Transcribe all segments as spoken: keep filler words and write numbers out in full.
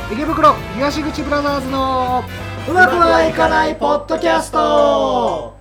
池袋東口ブラザーズのうまくはいかないポッドキャスト。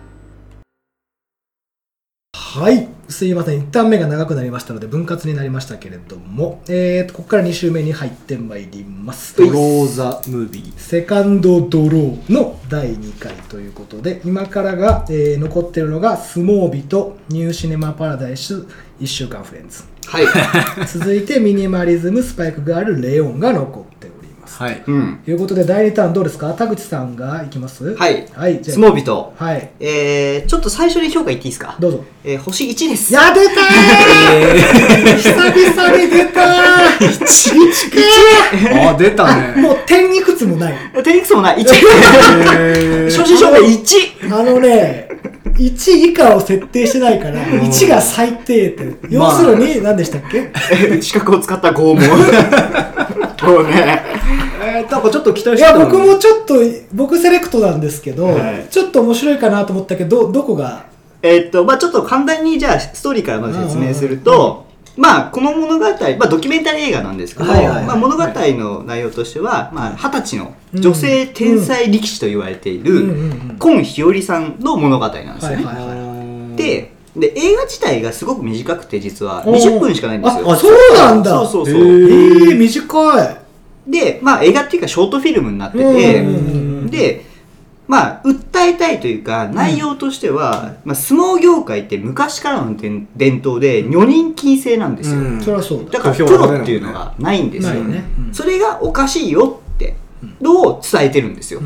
はい、すいません、一旦目が長くなりましたので分割になりましたけれども、えーとここからに週目に入ってまいります。 ドローザムービーセカンドドローのだいにかいということで、今からが、えー、残っているのがスモービとニューシネマパラダイスいっしゅうかんフレンズ、 はい続いてミニマリズムスパイクガールレオンが残っております。 はい、うん、 ということでだいにターンどうですか。田口さんがいきます。 はい、 はい、じゃあスモービと、 はい、 えー、ちょっと最初に評価言っていいですか。 どうぞ。 えー、星いちです。 や出たー久々に出たーいちかあ、出たね。 もう点いくつもない。 点いくつもない。いち正真正銘いち。 あのねいち以下を設定してないからいちが最低って、要するに何でしたっけ資格を使った拷問もうね、 えー、なんかちょっと期待いしてたのに。 や僕もちょっと僕セレクトなんですけど、はい、ちょっと面白いかなと思ったけど、どこがえー、っとまあちょっと簡単にじゃあストーリーからまず説明すると、まあこの物語、まあドキュメンタリー映画なんですけど、はいはいはい、まあ、物語の内容としては、まあ二十歳の女性天才力士と言われている今日和さんの物語なんですよね。でで映画自体がすごく短くて実はにじゅっぷんしかないんですよ。 あ、そうなんだ。 そうそうそう。 えー、短い。 で、まあ映画っていうかショートフィルムになってて、で、まあ訴えたいというか内容としては、うん、まあ、相撲業界って昔からの伝統で女人禁制なんですよ。うん、 そりゃそうだ。 だからプロっていうのがないんですよ。ね、うん、それがおかしいよってのを伝えてるんですよ。うん、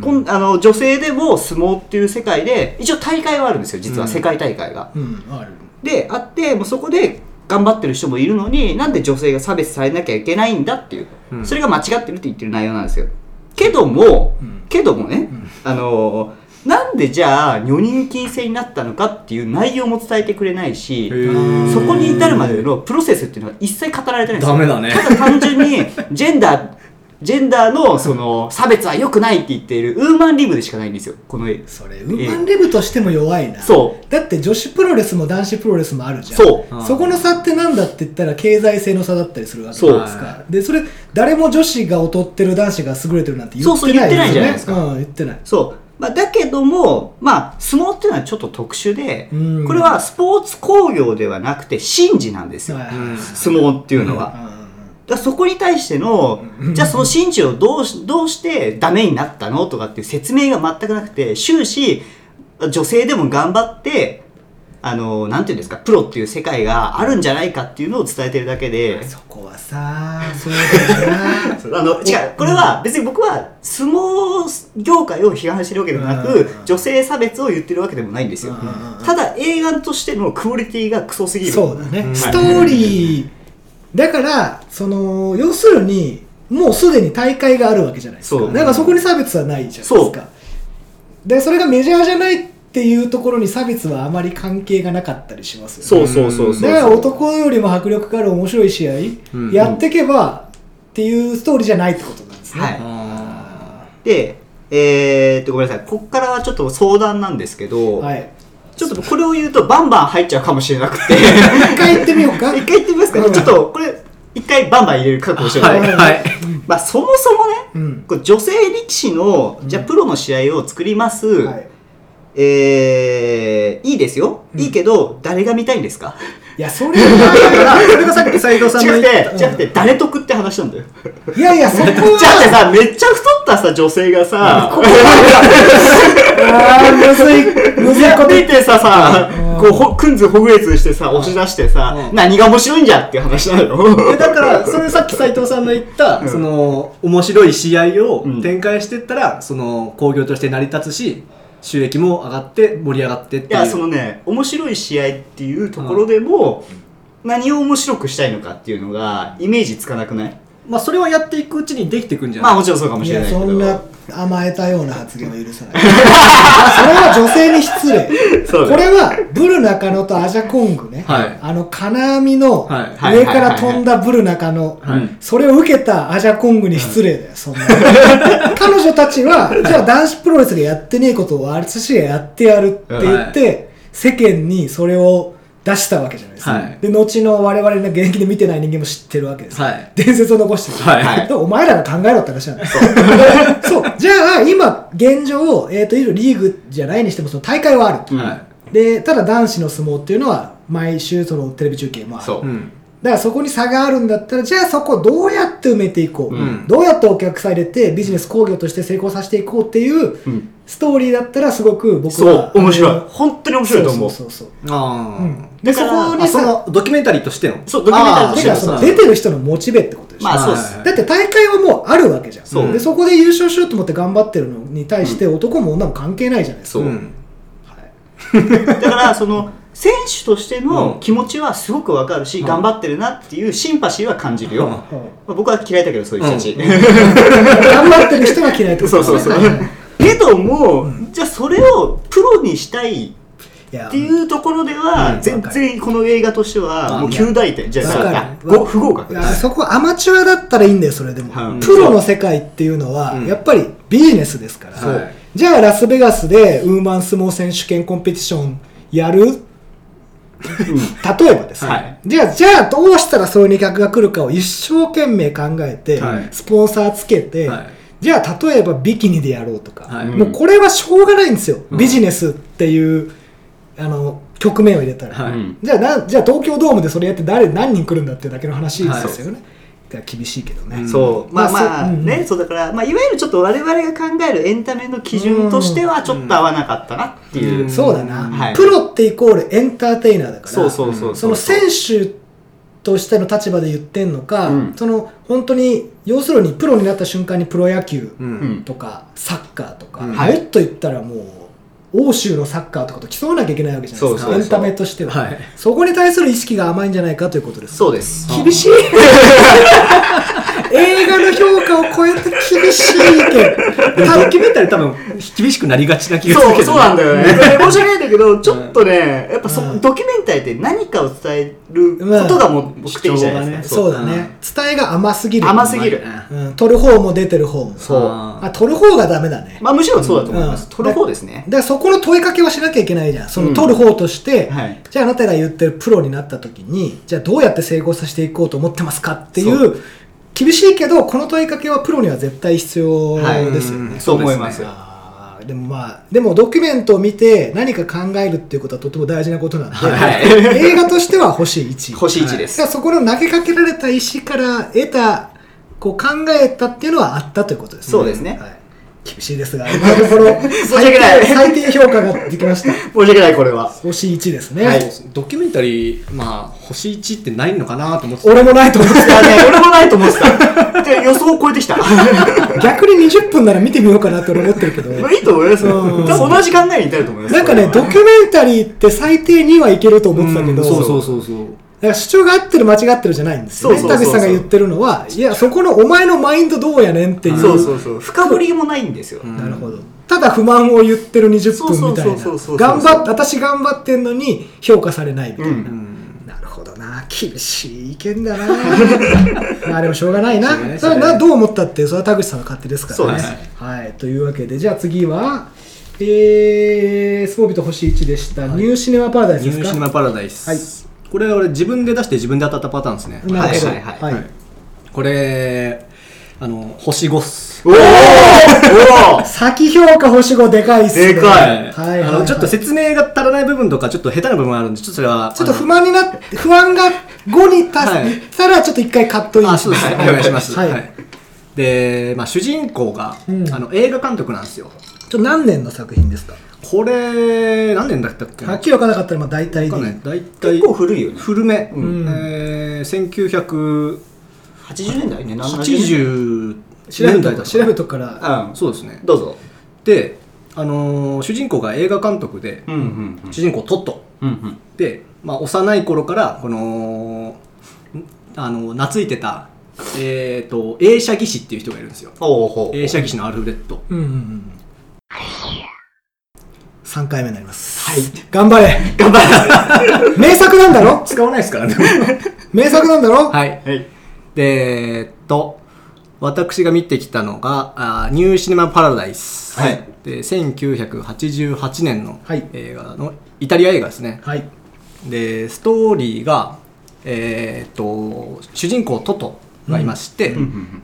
こんあの女性でも相撲っていう世界で一応大会はあるんですよ、実は世界大会が。うんうん、あるであってもうそこで頑張ってる人もいるのに、なんで女性が差別されなきゃいけないんだっていう、うん、それが間違ってるって言ってる内容なんですよ。けども、うん、けどもね、うん、あのなんでじゃあ女人禁制になったのかっていう内容も伝えてくれないし、そこに至るまでのプロセスっていうのが一切語られてないんですよ。 ダメだね。 ただ単純にジェンダージェンダーのその差別は良くないって言っているウーマンリブでしかないんですよ、この絵。 それウーマンリブとしても弱いな。 そうだって女子プロレスも男子プロレスもあるじゃん。 そうそこの差ってなんだって言ったら経済性の差だったりするわけですから。でそれ誰も女子が劣ってる男子が優れてるなんて言ってないですよね。そうそう言ってないじゃないですか。うん、言ってない。 そうまあ、だけども、まあ、相撲っていうのはちょっと特殊で、これはスポーツ興行ではなくて神事なんですよ、相撲っていうのは。だそこに対しての、じゃあその神事をどうし、どうしてダメになったのとかっていう説明が全くなくて、終始女性でも頑張ってあのなんていうんですか、プロっていう世界があるんじゃないかっていうのを伝えてるだけで、 そこはさそうだなあの違う、これは別に僕は相撲業界を批判してるわけでもなく、女性差別を言ってるわけでもないんですよ。ただ映画としてのクオリティがクソすぎる。 そうだね、うん、ストーリーだからその要するにもうすでに大会があるわけじゃないですか。だからそこに差別はないじゃないですか。でそれがメジャーじゃないっていうところに差別はあまり関係がなかったりしますよね。 そうそうそうそう。 だから男よりも迫力がある面白い試合、うん、やっていけばっていうストーリーじゃないってことなんですね。 はい、で、えー、っとごめんなさい、ここからはちょっと相談なんですけど、はい、ちょっとこれを言うとバンバン入っちゃうかもしれなくて一回言ってみようか。 一回言ってみますか、ね、うん、ちょっとこれ一回バンバン入れる覚悟してください。はいはい、まあ、そもそもね、うん、これ女性力士のじゃあプロの試合を作ります、うん、はい、えー、いいですよ、うん、いいけど誰が見たいんですか。 いやそれはそれがさっき斉藤さんの言ったじゃなくて誰得って話なんだよ。 いやいやそこはじゃあってさ、めっちゃ太ったさ女性がさ、 ここあむずいむずいこと見てささ、こうほくんずほぐれつしてさ押し出してさ、何が面白いんじゃっていう話なのよ。 だからそれさっき斉藤さんの言った、うん、その面白い試合を展開していったら、うん、その興行として成り立つし収益も上がって盛り上がってっていう。 いやそのね、面白い試合っていうところでも、うん、何を面白くしたいのかっていうのがイメージつかなくない？ まあそれはやっていくうちにできていくんじゃない？ まあもちろんそうかもしれないけど。 いやそんな甘えたような発言は許さない。それは女性に失礼。これはブル中野とアジャコングね、はい、あの金網の上から飛んだブル中野、はい、それを受けたアジャコングに失礼だよ、はい、そんな彼女たちはじゃあ男子プロレスがやってねえことを私がやってやるって言って、はい、世間にそれを出したわけじゃないですか、はい、で後の我々の現役で見てない人間も知ってるわけです、はい、伝説を残してる、はい、お前らが考えろって話なんですそうじゃあ今現状、えー、といるリーグじゃないにしてもその大会はある、はい、でただ男子の相撲っていうのは毎週そのテレビ中継もあるそう、うんだからそこに差があるんだったらじゃあそこをどうやって埋めていこう、うん、どうやってお客さん入れてビジネス工業として成功させていこうっていうストーリーだったらすごく僕はそう面白い本当に面白いと思うそうそうそうあ、うん、でそこにそのドキュメンタリーとしてのそうドキュメンタリーとしてのだからその出てる人のモチベってことでしょ、まあそうです、だって大会はもうあるわけじゃん そ, でそこで優勝しようと思って頑張ってるのに対して男も女も関係ないじゃないですか、うんうんはい、だからその選手としての気持ちはすごくわかるし、うん、頑張ってるなっていうシンパシーは感じるよ、うんまあ、僕は嫌いだけどそういう人たち、うん、 頑張ってる人は嫌いってことですねそうそうそうけども、うん、じゃあそれをプロにしたいっていうところでは、うん、全然この映画としてはもうきゅう大点じゃあ不合格ですそこアマチュアだったらいいんだよそれでも、うん、プロの世界っていうのは、うん、やっぱりビジネスですから、うん、じゃあラスベガスでウーマン相撲選手権コンペティションやる例えばですね、はい、じゃあじゃあどうしたらそういう客が来るかを一生懸命考えて、はい、スポンサーつけて、はい、じゃあ例えばビキニでやろうとか、はい、もうこれはしょうがないんですよ、うん、ビジネスっていうあの局面を入れたら、はい、じゃあなじゃあ東京ドームでそれやって誰何人来るんだっていうだけの話ですよね、はい厳しいけどね、 うん、そうまあまあ、うん、ねそうだから、まあ、いわゆるちょっと我々が考えるエンタメの基準としてはちょっと合わなかったなっていう、 うんうん、そうだな、はい、プロってイコールエンターテイナーだからそうそうそうその選手としての立場で言ってんのか、うん、その本当に要するにプロになった瞬間にプロ野球とか、うん、サッカーとか、うん、もっと言ったらもう欧州のサッカーとかと競わなきゃいけないわけじゃないですか。そうそうそうエンタメとしては、はい、そこに対する意識が甘いんじゃないかということです。 そうです。 厳しい映画の評価を超えて厳しい意見。 ドキュメンタリー多分厳しくなりがちな気がするけど、ね、 そうそうなんだよね申し訳ないんだけどちょっとねやっぱそ、うん、ドキュメンタリーって何かを伝えることがも目的じゃないですか、 うん、そうだね伝えが甘すぎる甘すぎる、 うん、撮る方も出てる方もそうあ撮る方がダメだね、 まあ、むしろそうだと思います、うん、撮る方ですね。 だからそこの問いかけはしなきゃいけないじゃんその撮る方として、うんはい、じゃああなたが言ってるプロになった時にじゃあどうやって成功させていこうと思ってますかっていう厳しいけどこの問いかけはプロには絶対必要ですよね、 はい、そう思いますよ。 でもまあでもドキュメントを見て何か考えるっていうことはとても大事なことなんで、はい、映画としては星いち星いちです、 はい、そこの投げかけられた石から得たこう考えたっていうのはあったということですね。 そうですね、はい厳しいですが、今のところ最低、最低評価ができました。 申し訳ない、これは。 星いちですね。 はい、ドキュメンタリー、まあ、星いちってないのかなと思ってた。 俺もないと思ってた。 ね、俺もないと思ってた。で、予想を超えてきた。 逆ににじゅっぷんなら見てみようかなって俺思ってるけど。 まあいいと思いますよ。多分同じ考えに至ると思います。 なんかね、ドキュメンタリーって最低にはいけると思ってたけど、 そうそうそうそう。 だから主張が合ってる間違ってるじゃないんですよね。田口さんが言ってるのはいやそこのお前のマインドどうやねんっていうそうそうそう深掘りもないんですよ。 なるほど。ただ不満を言ってるにじゅっぷんみたいな頑張っ私頑張ってんのに評価されないみたいな、うん、なるほどな厳しい意見だなまあでもしょうがないなない、ね、それはどう思ったってそれは田口さんの勝手ですからね。そうです、はい、というわけでじゃあ次はえー、スポービと星いちでした、はい、ニューシネマパラダイスですか。 ニューシネマパラダイス、はいこれは俺自分で出して自分で当たったパターンですね。 はいはいはい、はい、 これあの星ごっす。 おお先評価星ごでかいっすね。 でかい、はいはいはい、あのちょっと説明が足らない部分とかちょっと下手な部分があるんでちょっとそれはちょっと不満になって不安がごに足したらちょっと一回カットインします。 あそうですね、はい、お願いします、はいはい、で、まあ、主人公が、うん、あの映画監督なんですよ。 ちょ何年の作品ですか。 これ何年だったっけ。 はっきり分からなかったらまあ大体でいい、 ね、大体結構古いよね。 古め、うんえー、せんきゅうひゃくはちじゅうねんだいね。 はちじゅうねんだいだ調べとくから、 うん、そうですね。 どうぞ。 で、あのー、主人公が映画監督で、うんうんうん、主人公トット、うんうん、で、まあ、幼い頃からこのあの懐いてたえーと映写技師っていう人がいるんですよ。 ほうほう映写技師のアルフレッド、うんうんうんさんかいめになります。はい。頑張れ頑張れ名作なんだろ使わないですからね。 名作なんだろはい。はい、で、えー、っと、私が見てきたのが、あニューシネマパラダイス。はい。で、せんきゅうひゃくはちじゅうはちねんの映画の、イタリア映画ですね。はい。 でストーリーが、えー、と主人公トトがいまして、うん、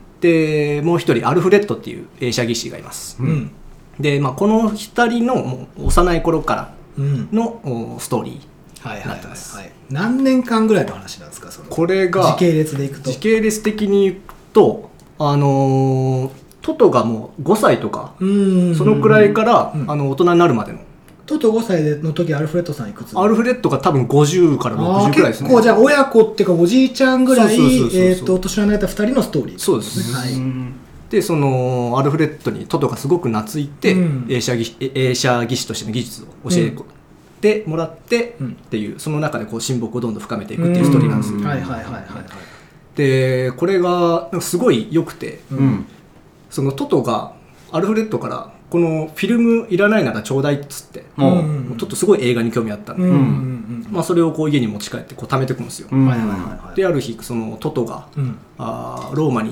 でもう一人アルフレッドっていう映写技師がいます、うん、で、まあ、このふたりの幼い頃からの、うん、ストーリーになってます、 はいはいはいはい、何年間ぐらいの話なんですか？そのこれが時系列でいくと時系列的にいくとあのー、トトがもうごさいとかそのくらいから、うん、あの大人になるまでのトトごさいの時アルフレッドさんいくつ？ アルフレッドが多分ごじゅうからろくじゅうくらいですね。 結構じゃあ親子っていうかおじいちゃんぐらい年離れたふたりのストーリー、 そうですね、はい、でそのアルフレッドにトトがすごく懐いて、うん、映写技映写技師としての技術を教えてもらって、うん、っていうその中でこう親睦をどんどん深めていくっていうストーリーなんですよ、うん、はいはいはいはい。でこれがすごい良くて、うん、そのトトがアルフレッドからこのフィルムいらないならちょうだいっつって、うん、ちょっとすごい映画に興味あったんで、うん、まあ、それをこう家に持ち帰ってこう貯めていくんですよ、うん、である日そのトトが、うん、あローマに行って、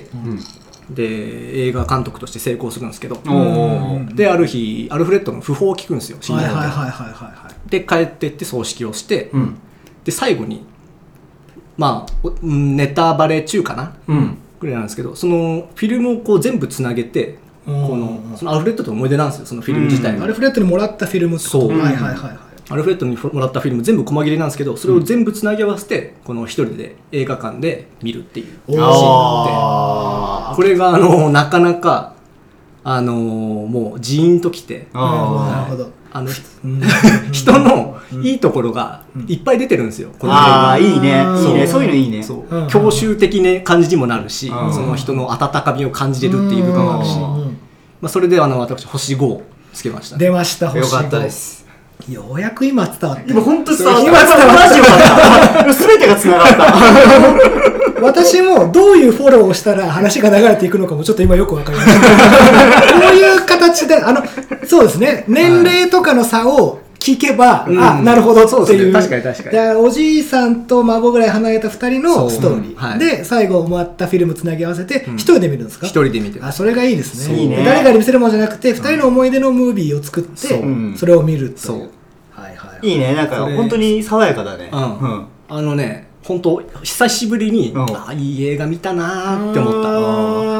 うん、で映画監督として成功するんですけど、うん、である日アルフレッドの訃報を聞くんですよ、深夜で帰ってって葬式をして、うん、で最後にまあネタバレ中かな、うん、ぐらいなんですけど、そのフィルムをこう全部つなげてこのそのアルフレッドとの思い出なんですよ、そのフィルム自体が、うん、 アルフレッドにもらったフィルムってこと、 そう、はいはいはいはい、アルフレッドにもらったフィルム全部細切れなんですけど、それを全部つなぎ合わせてこの一人で映画館で見るっていうシーンがあって、これがあのなかなかあのもうジーンときて、 なるほど、 あの人のいいところがいっぱい出てるんですよ、この映画。あー、いいね、いいね、そういうのいいね。 そう、郷愁的な感じにもなるし、その人の温かみを感じれるっていう部分もあるし、まあ、それであの私星ごをつけました、ね、 出ました、星ご。 よかったです。 ようやく今伝わって、 今本当に伝わった、今伝わった全てがつながった私もどういうフォローをしたら話が流れていくのかもちょっと今よくわかりましたこういう形であのそうですね、年齢とかの差を聞けば、はい、あ、うん、なるほどっていう、 確かに確かに。 だからおじいさんと孫ぐらい離れたふたりのストーリー、うん、はい、で最後もらったフィルムつなぎ合わせて一、うん、人で見るんですか？ 一人で見てる。 あ、それがいいですね。 いいね。 誰かに見せるものじゃなくてふたりの思い出のムービーを作って、うん、それを見るという、そう、 はいはい、いいね、なんか本当に爽やかだね、 うんうん、あのね、本当久しぶりに、うん、あ、いい映画見たなーって思った。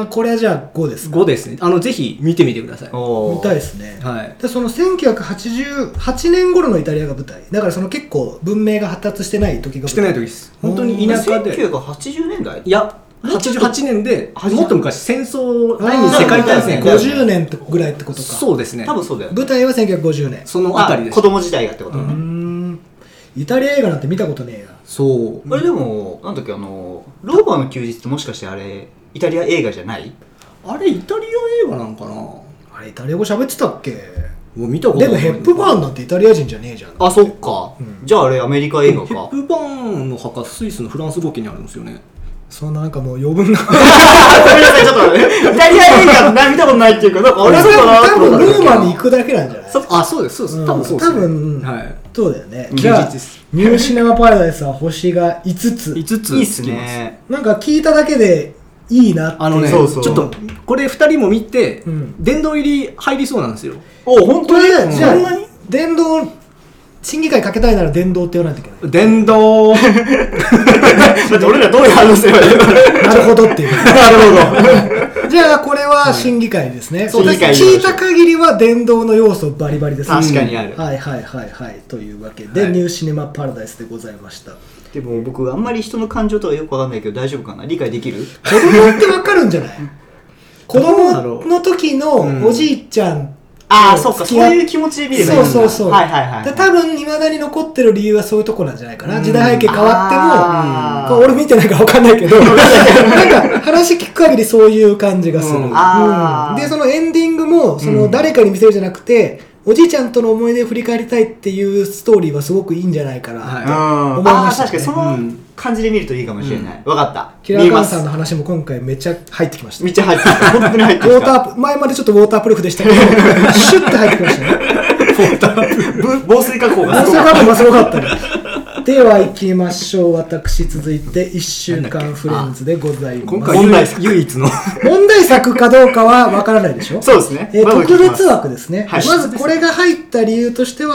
あ、これはじゃあごですか？ ごですね。あのぜひ見てみてください。 見たいですね、 はい、 でそのせんきゅうひゃくはちじゅうはちねん頃のイタリアが舞台だから、その結構文明が発達してない時が舞台。 してない時です。本当に田舎で。 せんきゅうひゃくはちじゅうねんだい？ いやはちじゅうはちねんで、もっと昔、戦争第二次世界大戦ごじゅうねんぐらいってことか。 そうですね、 多分そうだよ、ね、 舞台はせんきゅうひゃくごじゅうねん、 そのあたりで子供時代がってことね。うーん、イタリア映画なんて見たことねえや。 そう、 あれでもなんだっけ、あのローマの休日ってもしかしてあれイタリア映画じゃない？ あれイタリア映画なんかな。 あれイタリア語喋ってたっけ？ もう見たことない。 でもヘップバーンなんてイタリア人じゃねえじゃん。 あ、そっか、うん、じゃああれアメリカ映画か。 ヘップバーンの墓スイスのフランス語圏にあるんですよね。 そんななんかもう余分なごめんなさい、ちょっと待って、イタリア映画見たことないっていうか、なんか俺それは多分ローマに行くだけなんじゃない？ あ、そうです、そうです、多分そうです、 多分、 はい、 そうだよね。じゃあニューシネマパラダイスは星がいつつ。 いつついいっすね。 なんか聞いただけでいいなって。 あのね、そうそう、ちょっとこれふたりも見て、うん、殿堂入り入りそうなんですよ。 お、本当に？ じゃあ殿堂審議会かけたいなら殿堂って言わないといけない。 殿堂だって俺らどういう反応すればいいの？ なるほどっていうなるほどじゃあこれは審議会ですね、はい、 そう聞いた限りは殿堂の要素バリバリです。 確かにある、 はいはいはいはい。というわけで、はい、ニューシネマパラダイスでございました。 でも僕あんまり人の感情とかよくわかんないけど大丈夫かな？理解できる？ 子供ってわかるんじゃない子供の時のおじいちゃん、うん、 ああ、そうか、そういう気持ちで見ればいいんだ。 そうそうそう。 はいはいはい、はい。 多分未だに残ってる理由はそういうとこなんじゃないかな。時代背景変わっても、俺見てないから分かんないけど、なんか話聞く限りそういう感じがする。うんうん、で、そのエンディングも、その誰かに見せるじゃなくて、おじいちゃんとの思い出を振り返りたいっていうストーリーはすごくいいんじゃないかなと思いました、ね。 ああ、確かにその感じで見るといいかもしれない。分、うん、かった。 キラーカンさんの話も今回めっちゃ入ってきました。 めっちゃ入ってきた。本当に入ってきた。 ウォーター前までちょっとウォータープルーフでしたけど、シュッて入ってきましたね。 ウォータープルーフ。防水加工がすごかった。防水加工がすごかったね。では行きましょう。私続いていっしゅうかんフレンズでございます。 今回問題作唯一の問題作かどうかはわからないでしょ。 そうですね、 えー、特別枠ですね、はい、まずこれが入った理由としては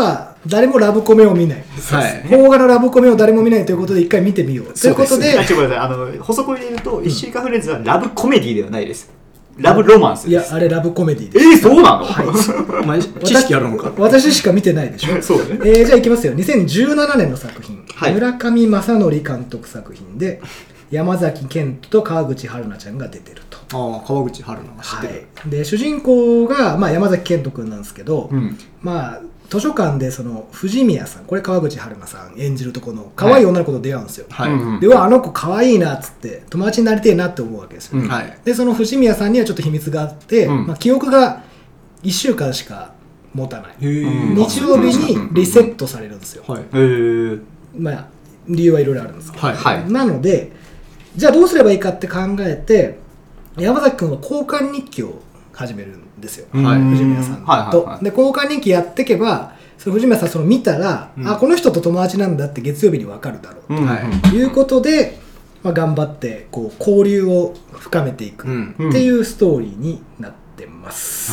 誰もラブコメを見ない。はい。邦画のラブコメを誰も見ないということで一回見てみよう。ということで。 ちょっと待って、あの、補足を入れると、一週間フレンズはラブコメディではないです。ラブロマンスです。 いや、あれラブコメディです。 えー、そうなの？ はい。 お前、知識あるのか？ 私しか見てないでしょ。 そうね。 えー、じゃあいきますよ。にせんじゅうななねんの作品。はい、村上正則監督作品で、山崎賢人と川口春奈ちゃんが出てると。 ああ、川口春奈が知ってる。 はい。で、主人公が、まあ、山崎賢人君なんですけど、うん、まあ、図書館でその藤宮さん、これ川口春奈さん演じるとこの可愛い女の子と出会うんですよ。はい、ではあの子可愛いなっつって友達になりてえなって思うわけですよ。うん、はい、でその藤宮さんにはちょっと秘密があって、うん、まあ、記憶がいっしゅうかんしか持たない。日曜日にリセットされるんですよ。はい、へまあ理由はいろいろあるんですけど、はいはい、なのでじゃあどうすればいいかって考えて山崎君は交換日記を始めるんですよ、はい、藤宮さんと、はいはいはい、で交換日記やっていけばその藤宮さんその見たら、うん、あこの人と友達なんだって月曜日に分かるだろうと、うんはい、いうことで、まあ、頑張ってこう交流を深めていくっていうストーリーになってます、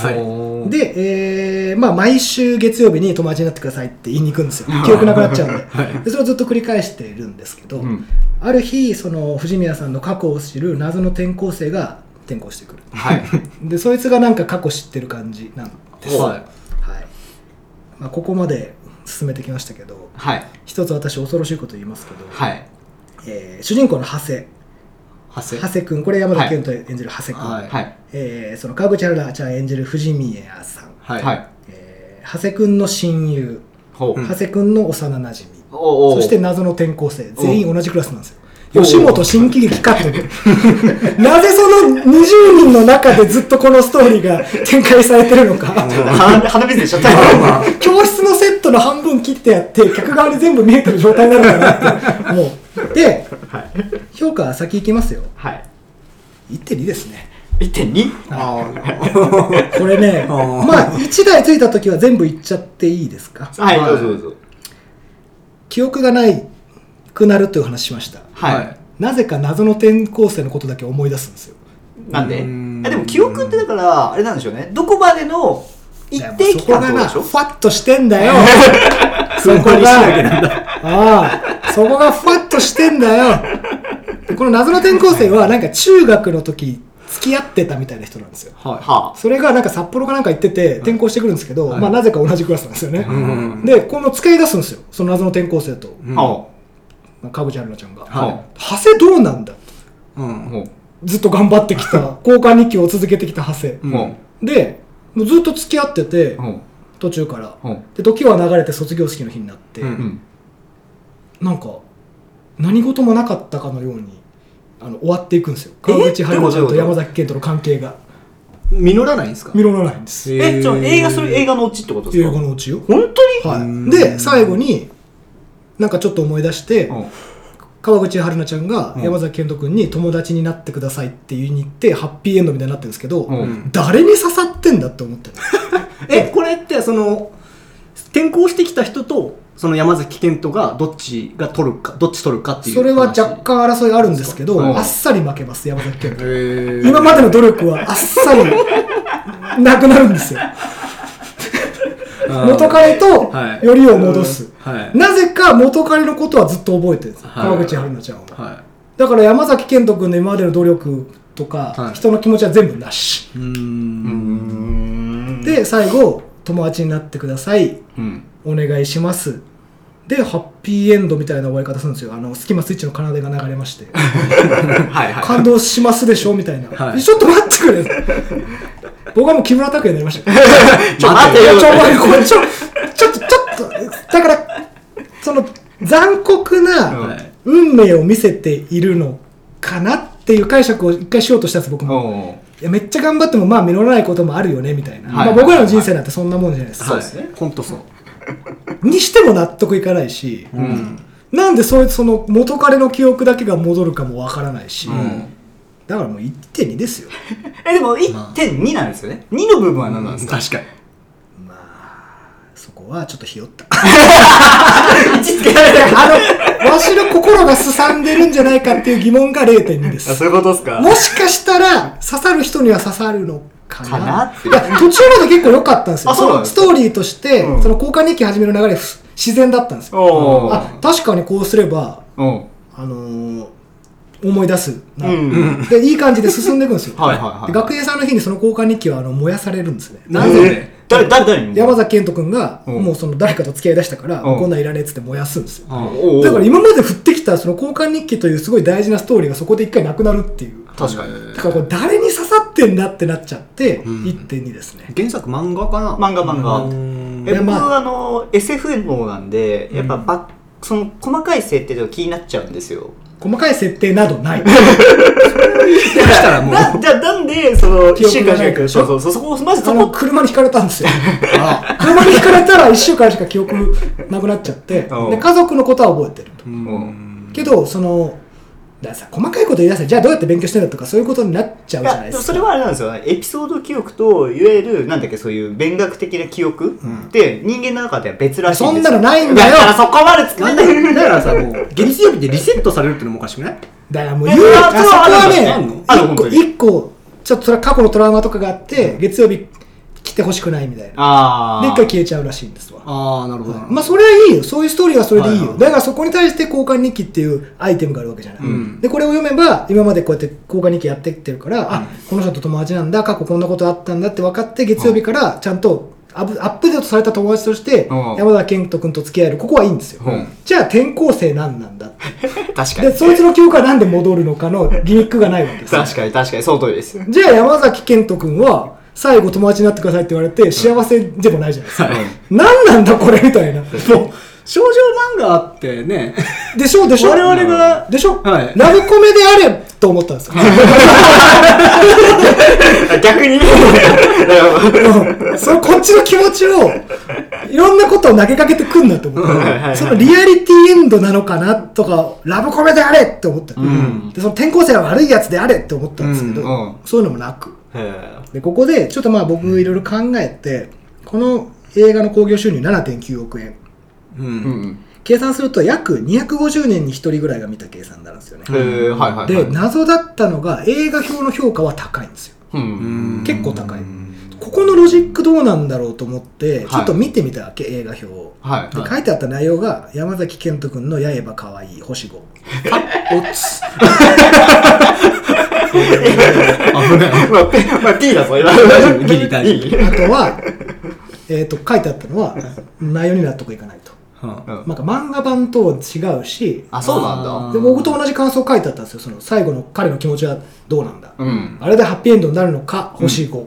うんはい、で、えーまあ、毎週月曜日に友達になってくださいって言いに行くんですよ。記憶なくなっちゃうんで、はい、でそれをずっと繰り返しているんですけど、うん、ある日その藤宮さんの過去を知る謎の転校生が転校してくる、はい、でそいつがなんか過去知ってる感じなんです、はいはいまあ、ここまで進めてきましたけど、はい、一つ私恐ろしいこと言いますけど、はいえー、主人公の長谷長谷長谷君これ山田健人演じる長谷君、はいえー、その川口春奈ちゃん演じる藤宮さん、はいえー、長谷君の親友長谷君の幼なじみそして謎の転校生全員同じクラスなんですよ。吉本新喜劇カットでなぜそのにじゅうにんの中でずっとこのストーリーが展開されてるのか鼻水でしょ教室のセットの半分切ってやって客側に全部見えてる状態になるかなってもうで、はい、評価先いきますよ、はい、いってんに ですねいってんに? あこれねまあいちだいついた時は全部いっちゃっていいですか。 はいどうぞどうぞ。 記憶がないくなるという話しました、はい、なぜか謎の転校生のことだけ思い出すんですよ。 なんでんでも記憶ってだからあれなんでしょうねどこまでの一定期間ってことでしょ。 ファッとしてんだよそこがああそこがファッとしてんだよでこの謎の転校生はなんか中学の時付き合ってたみたいな人なんですよ、はい、それがなんか札幌かなんか行ってて転校してくるんですけど、はいまあ、なぜか同じクラスなんですよね、はい、でこの付き合い出すんですよその謎の転校生と、うん川口春奈ちゃんが、はい、長谷どうなんだ、うん、ずっと頑張ってきた交換日記を続けてきた長谷、うん、でもうずっと付き合ってて、うん、途中から、うん、で時は流れて卒業式の日になって、うん、なんか何事もなかったかのようにあの終わっていくんですよ。川口春奈ちゃんと山崎賢人の関係が実らないんですか。 実らないんです。 えじゃあ映画それ映画のオチってことですか。 映画のオチよ本当に、はい、で最後になんかちょっと思い出して、うん、川口春奈ちゃんが山崎賢人君に友達になってくださいって言いに行ってハッピーエンドみたいになってるんですけど、うん、誰に刺さってんだって思ってるえこれってその転校してきた人とその山崎賢人がどっちが取るかどっち取るかっていうそれは若干争いあるんですけど、うん、あっさり負けます山崎賢人。今までの努力はあっさりなくなるんですよ元彼とよりを戻す、はい、なぜか元彼のことはずっと覚えてるんです、はい、川口春奈ちゃんは、はい、だから山崎賢人君の今までの努力とか、はい、人の気持ちは全部なし。うーんで最後友達になってください、うん、お願いしますでハッピーエンドみたいな終わり方するんですよ。あのスキマスイッチの奏でが流れましてはい、はい、感動しますでしょみたいな、はい、ちょっと待ってくれ僕はもう木村拓哉になりましたちょ待てよちょちょちょっとちょっとだからその残酷な運命を見せているのかなっていう解釈を一回しようとしたんです僕も。いやめっちゃ頑張ってもまあ実らないこともあるよねみたいな、はいまあ、僕らの人生なんてそんなもんじゃないですか、 はい、そうですね本当そうにしても納得いかないし、うん、なんでそ, その元彼の記憶だけが戻るかもわからないし、うん、だからもう いってんに ですよえでも いってんに なんですよね。にの部分は何なんですか、 うん、確かにまあそこはちょっとひよった位置つけられたあのわしの心がすさんでるんじゃないかっていう疑問が れいてんに です。 あそういうことですか。 もしかしたら刺さる人には刺さるのか な, かなっていや途中まで結構良かったんですよ。そのストーリーとして、うん、その交換日記始める流れ自然だったんですよ。あ、確かにこうすれば、あのー、思い出すな、うん、でいい感じで進んでいくんですよ。はいはいはい、で学園祭の日にその交換日記はあの燃やされるんですね。 なんで、ね、 誰誰誰に山崎賢人君がもうその誰かと付き合いだしたからこんなんいらねえっつって燃やすんですよ。だから今まで降ってきたその交換日記というすごい大事なストーリーがそこで一回なくなるっていう。 確かに。 だからこれ誰に刺さってんだってなっちゃって、うん、いってんに ですね。 原作漫画かな。 漫画漫画。え僕はあの エスエフ のなんでやっぱば、うん、その細かい設定とか気になっちゃうんですよ。 細かい設定などない。 したらもうなじゃあなんでそのいっしゅうかんしかそうそうそうそこまずそこ車にひかれたんですよ。あ車にひかれたらいっしゅうかんしか記憶なくなっちゃってで家族のことは覚えてると。けどそのだからさ細かいこと言い出せじゃあどうやって勉強してるのとかそういうことになっちゃうじゃないですか。 それはあれなんですよね。エピソード記憶といわゆるなんだっけそういう勉学的な記憶、うん、って人間の中では別らしいんですよ。 そんなのないんだよ。 だからそこまで作らないだからさもう月曜日でリセットされるってのもおかしくない？ だからもう言うあそこはね一個一個ちょっとそれは過去のトラウマとかがあって月曜日来てほしくないみたいなで一回消えちゃうらしいんですわ。 ああなるほど、 まあそれはいいよ。そういうストーリーはそれでいいよ、はいはい、だからそこに対して交換日記っていうアイテムがあるわけじゃない、うん、でこれを読めば今までこうやって交換日記やってきてるから、うん、あこの人と友達なんだ過去こんなことあったんだって分かって月曜日からちゃんとアップデートされた友達として山田健人君と付き合えるここはいいんですよ、うん、じゃあ転校生何なんだって確かにでそいつの記憶は何で戻るのかのギミックがないわけです確かに確かにその通りです。 じゃあ山崎健人君は最後友達になってくださいって言われて幸せでもないじゃないですか、うん、何なんだこれみたいな。もう少女漫画ってねでしょでしょ我々がでしょ、 はい、 ラブコメであれと思ったんですよ逆にそのこっちの気持ちをいろんなことを投げかけてくんなと思ったそのリアリティエンドなのかなとかラブコメであれって思った、うん、でその転校生は悪いやつであれって思ったんですけど、うんうん、そういうのもなくでここでちょっとまあ僕いろいろ考えてこの映画の興行収入 ななてんきゅうおくえん、うんうん、計算すると約にひゃくごじゅうねんにひとりぐらいが見た計算になるんですよね。へー、はいはいはい、で謎だったのが映画表の評価は高いんですよ。うん結構高い。ここのロジックどうなんだろうと思ってちょっと見てみたわけ、はい、映画表を、はい、で書いてあった内容が山崎賢人君の八重歯かわいい星ごおつ危ないまあ、まあ、P だぞ今ギリ大丈夫。あとは、えー、と書いてあったのは内容に納得いかないと、うん、なんか漫画版と違うしあそうなんだで僕と同じ感想書いてあったんですよ。その最後の彼の気持ちはどうなんだ、うん、あれでハッピーエンドになるのか星ご、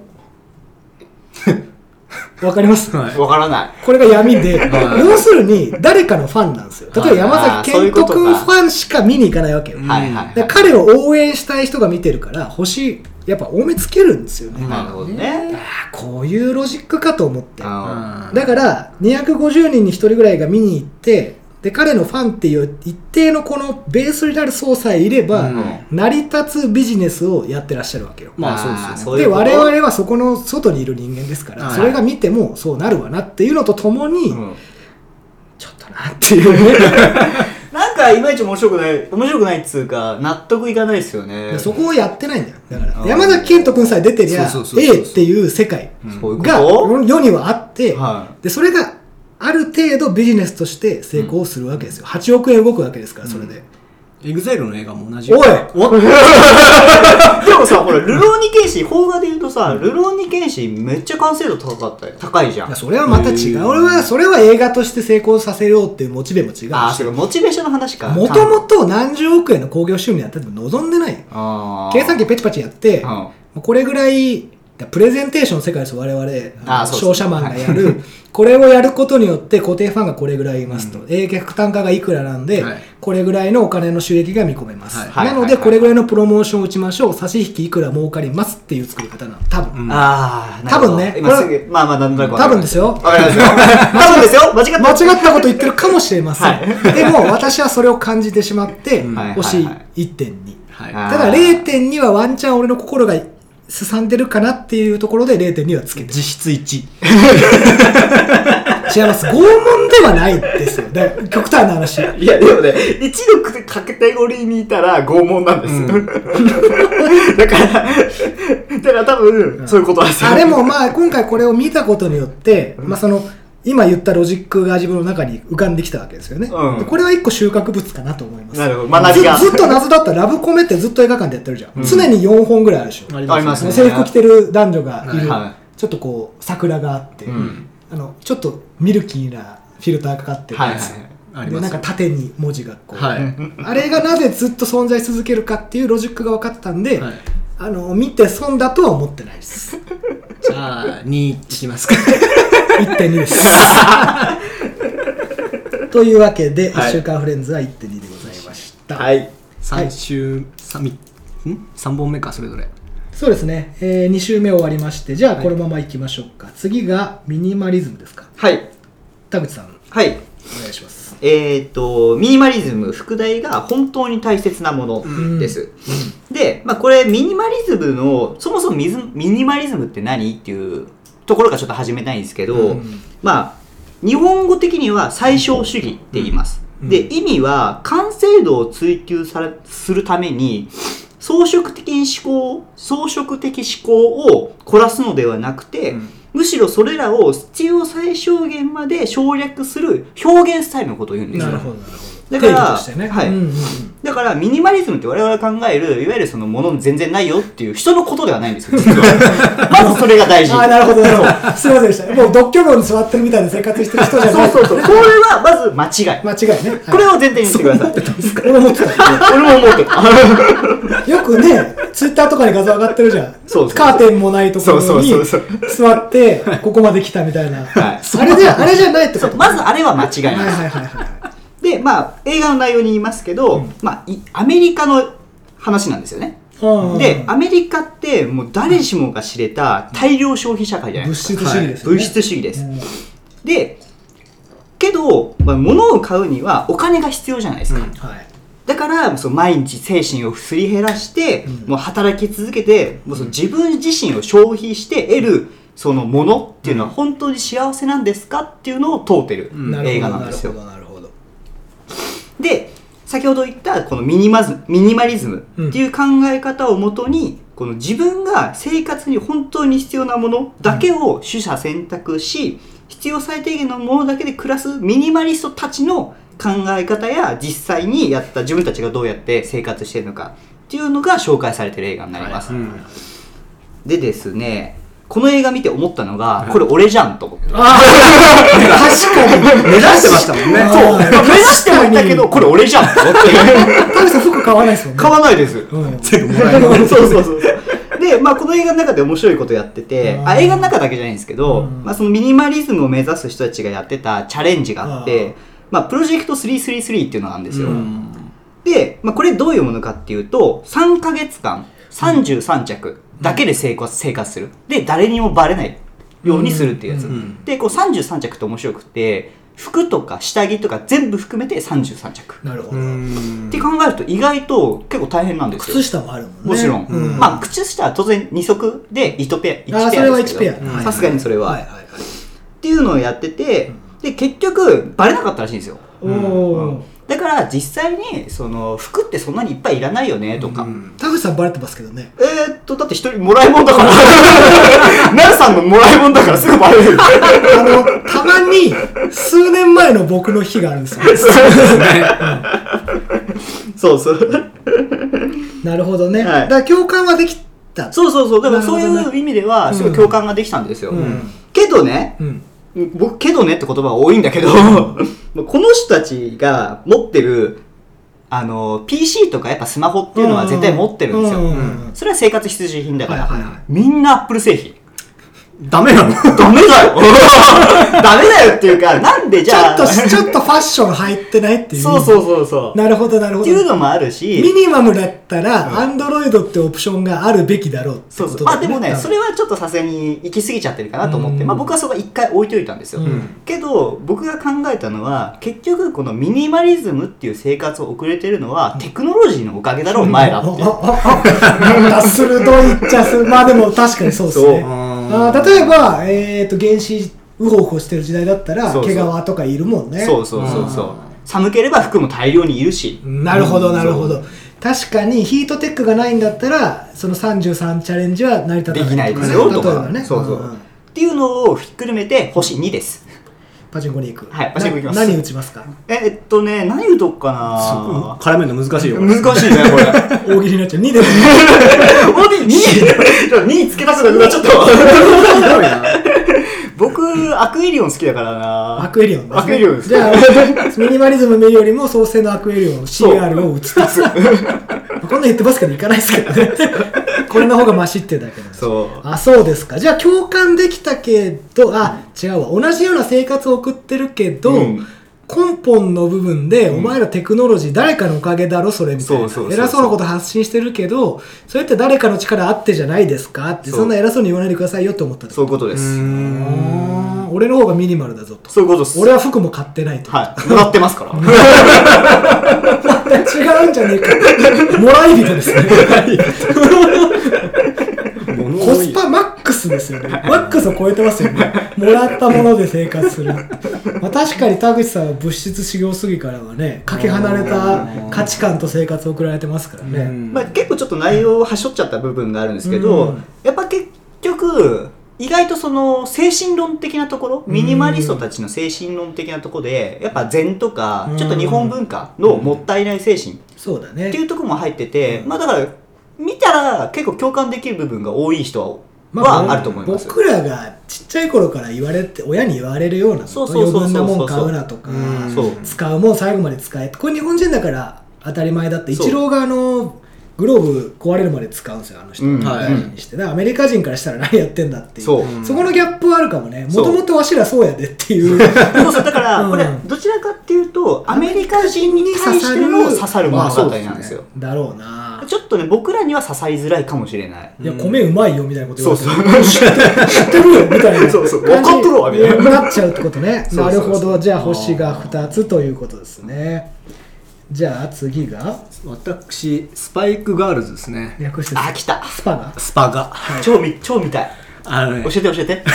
わ、うん、かります？ わ、はい、からない。 これが闇で要するに誰かのファンなんですよ。例えば山崎賢人君ファンしか見に行かないわけよ、はいはい、で彼を応援したい人が見てるから星やっぱ多めつけるんですよね。 なるほどね。 こういうロジックかと思って。だからにひゃくごじゅうにんにひとりぐらいが見に行ってで彼のファンっていう一定のこのベースになる層さえいれば、うん、成り立つビジネスをやってらっしゃるわけよ。まあそうですよね。で我々はそこの外にいる人間ですから、それが見てもそうなるわなっていうのとともに、うん、ちょっとなっていうね。 なんかいまいち面白くない面白くないっつうか納得いかないですよね。 そこをやってないんだよ。だから山崎賢人君さえ出てりゃ A っていう世界が世にはあって、はい、でそれがある程度ビジネスとして成功するわけですよ。はちおくえん動くわけですからそれで。 エグザイルの映画も同じ。 おいおでもさほらルローニケンシン邦画で言うとさルローニケンシンめっちゃ完成度高かったよ。高いじゃん。いやそれはまた違う。俺はそれは映画として成功させようっていうモチベも違うし。 ああそれモチベーションの話か。 もともと何十億円の興行収入やったって望んでないよ。あ計算機ペチパチやって、うん、これぐらいプレゼンテーションの世界です。我々商社マンがやる、はい、これをやることによって固定ファンがこれぐらいいますと、うん、営業単価がいくらなんで、はい、これぐらいのお金の収益が見込めます、はい、なのでこれぐらいのプロモーションを打ちましょう差し引きいくら儲かりますっていう作り方なの多分、うん、ああ多分ね今すぐまあまあなんとなく多分ですよ多分ですよ間違った間違ったこと言ってるかもしれません、はい、でも私はそれを感じてしまって、うん、星 いってんに、はい、ただ れいてんに はワンチャン俺の心がすさんでるかなっていうところで れいてんに はつけて実質いち違います。拷問ではないですよ。だ極端な話。 いやでもねいちのカテゴリーにいたら拷問なんですよ、うん、だからだから多分そういうことなんですよ。 あでもまあ今回これを見たことによって、うん、まあその今言ったロジックが自分の中に浮かんできたわけですよね、うん、でこれは一個収穫物かなと思います。 なるほど、学びがず, ずっと謎だったラブコメってずっと映画館でやってるじゃん、うん、常によんほんぐらいあるでしょ。 ありますね。 制服着てる男女がいる、 はい、 ちょっとこう桜があって、うん、あのちょっとミルキーなフィルターかかってるやつ、はいはい、でなんか縦に文字がこう、はい、あれがなぜずっと存在し続けるかっていうロジックが分かったんで、はい、あの見て損だとは思ってないです。 じゃあにいきますか。 いってんに ですというわけで、はい、いっしゅうかんフレンズは いってんに でございました。 はい、 さん週 3, んさんぼんめかそれぞれ。 そうですね、えー、に週目終わりまして、じゃあこのままいきましょうか、はい、次がミニマリズムですか。 はい、 田口さん、 はい、 お願いします。 えーとミニマリズム、副題が本当に大切なものです、うんうん、で、まあ、これミニマリズムのそもそもミニマリズムって何っていうところからちょっと始めたいんですけど、うん、まあ日本語的には最小主義って言います、うん、で意味は完成度を追求されするために装飾的に思考装飾的思考を凝らすのではなくて、うん、むしろそれらを必要最小限まで省略する表現スタイルのことを言うんですよ。 なるほどなるほど。 だから、 ね、 はい、うんうんうん、だからミニマリズムって我々が考えるいわゆるそのもの全然ないよっていう人のことではないんですよ。実はまずそれが大事。 あ、なるほどなるほど。すいませんでした。もう独居房に座ってるみたいな生活してる人じゃない。 そうそうそう。これはまず間違い。 間違いね。はい、 これを前提にしてください。 俺も思ってた。 俺も思ってた。 よくね、ツイッターとかに画像上がってるじゃん。そうそうそう、カーテンもないところに座ってここまで来たみたいな。はい、あれじゃあれじゃないってこと。 まずあれは間違いない。 はいはいはいはい。 で、まあ、映画の内容に言いますけど、うん、まあ、アメリカの話なんですよね。うん、で、アメリカってもう誰しもが知れた大量消費社会じゃないですか。 物質主義です、ね、 はい、物質主義です。うん、で、けど、まあ、物を買うにはお金が必要じゃないですか。うん、はい、だからその毎日精神をすり減らして、うん、もう働き続けて、もうその自分自身を消費して得るそのものっていうのは本当に幸せなんですかっていうのを問うてる映画なんですよ。で、先ほど言ったこのミニマズ、ミニマリズムっていう考え方をもとに、うん、この自分が生活に本当に必要なものだけを取捨選択し、必要最低限のものだけで暮らすミニマリストたちの考え方や実際にやった自分たちがどうやって生活しているのかっていうのが紹介されている映画になります、はい、うん、でですね、この映画見て思ったのが、はい、これ俺じゃんと思って。あ確かに目指してましたもんね。 そう、目指してはいたけどこれ俺じゃんと思って。 タミさん服買わないですもんね。 買わないです、うん、全部もらえます。そうそうそう。で、まあ、この映画の中で面白いことやってて、あ、映画の中だけじゃないんですけど、うん、まあ、そのミニマリズムを目指す人たちがやってたチャレンジがあって、まあ、プロジェクトさんびゃくさんじゅうさんっていうのがあるんですよ、うん、で、まあ、これどういうものかっていうとさんかげつかんさんじゅうさんちゃくだけで生活、生活する。で、誰にもバレないようにするっていうやつ、うんうん、で、こうさんじゅうさんちゃくって面白くて、服とか下着とか全部含めてさんじゅうさんちゃく。 なるほど。 って考えると意外と結構大変なんですよ。 靴下もあるもんね。 もちろん。うん、まあ靴下は当然にそくでいちペア、いちペアですけど。あ、それはいちペア。さすがにそれは、はいはいはい。っていうのをやってて、で結局バレなかったらしいんですよ。おー。だから実際にその服ってそんなにいっぱいいらないよねとか。 田口さんバレてますけどね。 えー、っとだって一人もらいもんだから奈良さんのもらいもんだからすぐバレる。 あのたまに数年前の僕の日があるんですよ。そうですね。 そうそう。 なるほどね。はい、だから共感はできた。 そうそうそう。だからそういう意味ではすごい共感ができたんですよ。うんうん、けどね。うん、僕けどねって言葉は多いんだけどこの人たちが持ってるあの ピーシー とかやっぱスマホっていうのは絶対持ってるんですよ、うんうん、それは生活必需品だから、はいはいはい、みんなアップル製品ダメなの？ ダメだよダメだよっていうか、なんでじゃあちょっとちょっとファッション入ってないっていう。 そうそうそうそう。 なるほどなるほど。 っていうのもあるし、 ミニマムだったらアンドロイドってオプションがあるべきだろうってことだ、ね。そうそう。 まあでもね、それはちょっとさすがに行き過ぎちゃってるかなと思って、まあ僕はそこは一回置いておいたんですよ。うん、けど僕が考えたのは、結局このミニマリズムっていう生活を送れてるのはテクノロジーのおかげだろう、お前らって。 なんだ鋭いっちゃす。まあでも確かにそうですね。あ例えば、えー、と原子ウホウホしてる時代だったらそうそう毛皮とかいるもんね。 そうそうそうそう。寒ければ服も大量にいるし。 なるほどなるほど。確かにヒートテックがないんだったらそのさんじゅうさんチャレンジは成り立たないできないですよとか、 ね、 そうそう、うん、っていうのをひっくるめて星にです。 パチンコに行く。 はい、パチンコ行きます。 何打ちますか？ ええっとね、何打とうかな。 絡めるの難しいよ。 難しいね、これ。 大喜利になっちゃう。にでもににつけたくなくなっちゃったわ。僕、アクエリオン好きだからな。 アクエリオンですね。 アクエリオンです。 じゃあ、ミニマリズム見るよりも創世のアクエリオン シーアール を打つ。こんな言ってますけど、いかないですけどね。これの方がマシってだけなんです。 そう。 あ、そうですか。じゃあ、共感できたけど、あ、違うわ。同じような生活を送ってるけど、うん根本の部分で、うん、お前らテクノロジー誰かのおかげだろそれみたいな偉そうなこと発信してるけどそれって誰かの力あってじゃないですかって そ, そんな偉そうに言わないでくださいよって思ったんです。 そういうことです。うーん俺の方がミニマルだぞと。 そういうことです。 俺は服も買ってないと。 はいもらってますから違うんじゃねえかもらい人ですねコスパマックスですよね。マックスを超えてますよね。もらったもので生活する。まあ、確かに田口さんは物質修行主義からはね、かけ離れた価値観と生活を送られてますからね。 まあ、結構ちょっと内容をはしょっちゃった部分があるんですけど、やっぱ結局意外とその精神論的なところ、ミニマリストたちの精神論的なところでやっぱ禅とかちょっと日本文化のもったいない精神っていうところも入ってて、まあだから見たら結構共感できる部分が多い人ははあると思います。 僕らがちっちゃい頃から言われて親に言われるような余分なもん買うなとか使うもん最後まで使えってこれ日本人だから当たり前だってイチローがあのグローブ壊れるまで使うんですよあの人、うんはい、にしてだアメリカ人からしたら何やってんだっていう そ, うそこのギャップはあるかもね。もともとわしらそうやでっていうそうそうだからこれどちらかっていうとアメリカ人に対しての刺さる物語なんですよ、 まあ、だろうな。 ちょっとね僕らには刺さりづらいかもしれない。 いや米うまいよみたいなこと言われてそうそう知ってるよみたいなそうそう分かっとるわみたいななっちゃうってことね。なるほど。じゃあ星がふたつということですね。じゃあ次が私スパイクガールズですね。 略してあ来たスパがスパが、 はい、超見超見たい。あの、ね、教えて教えて教えて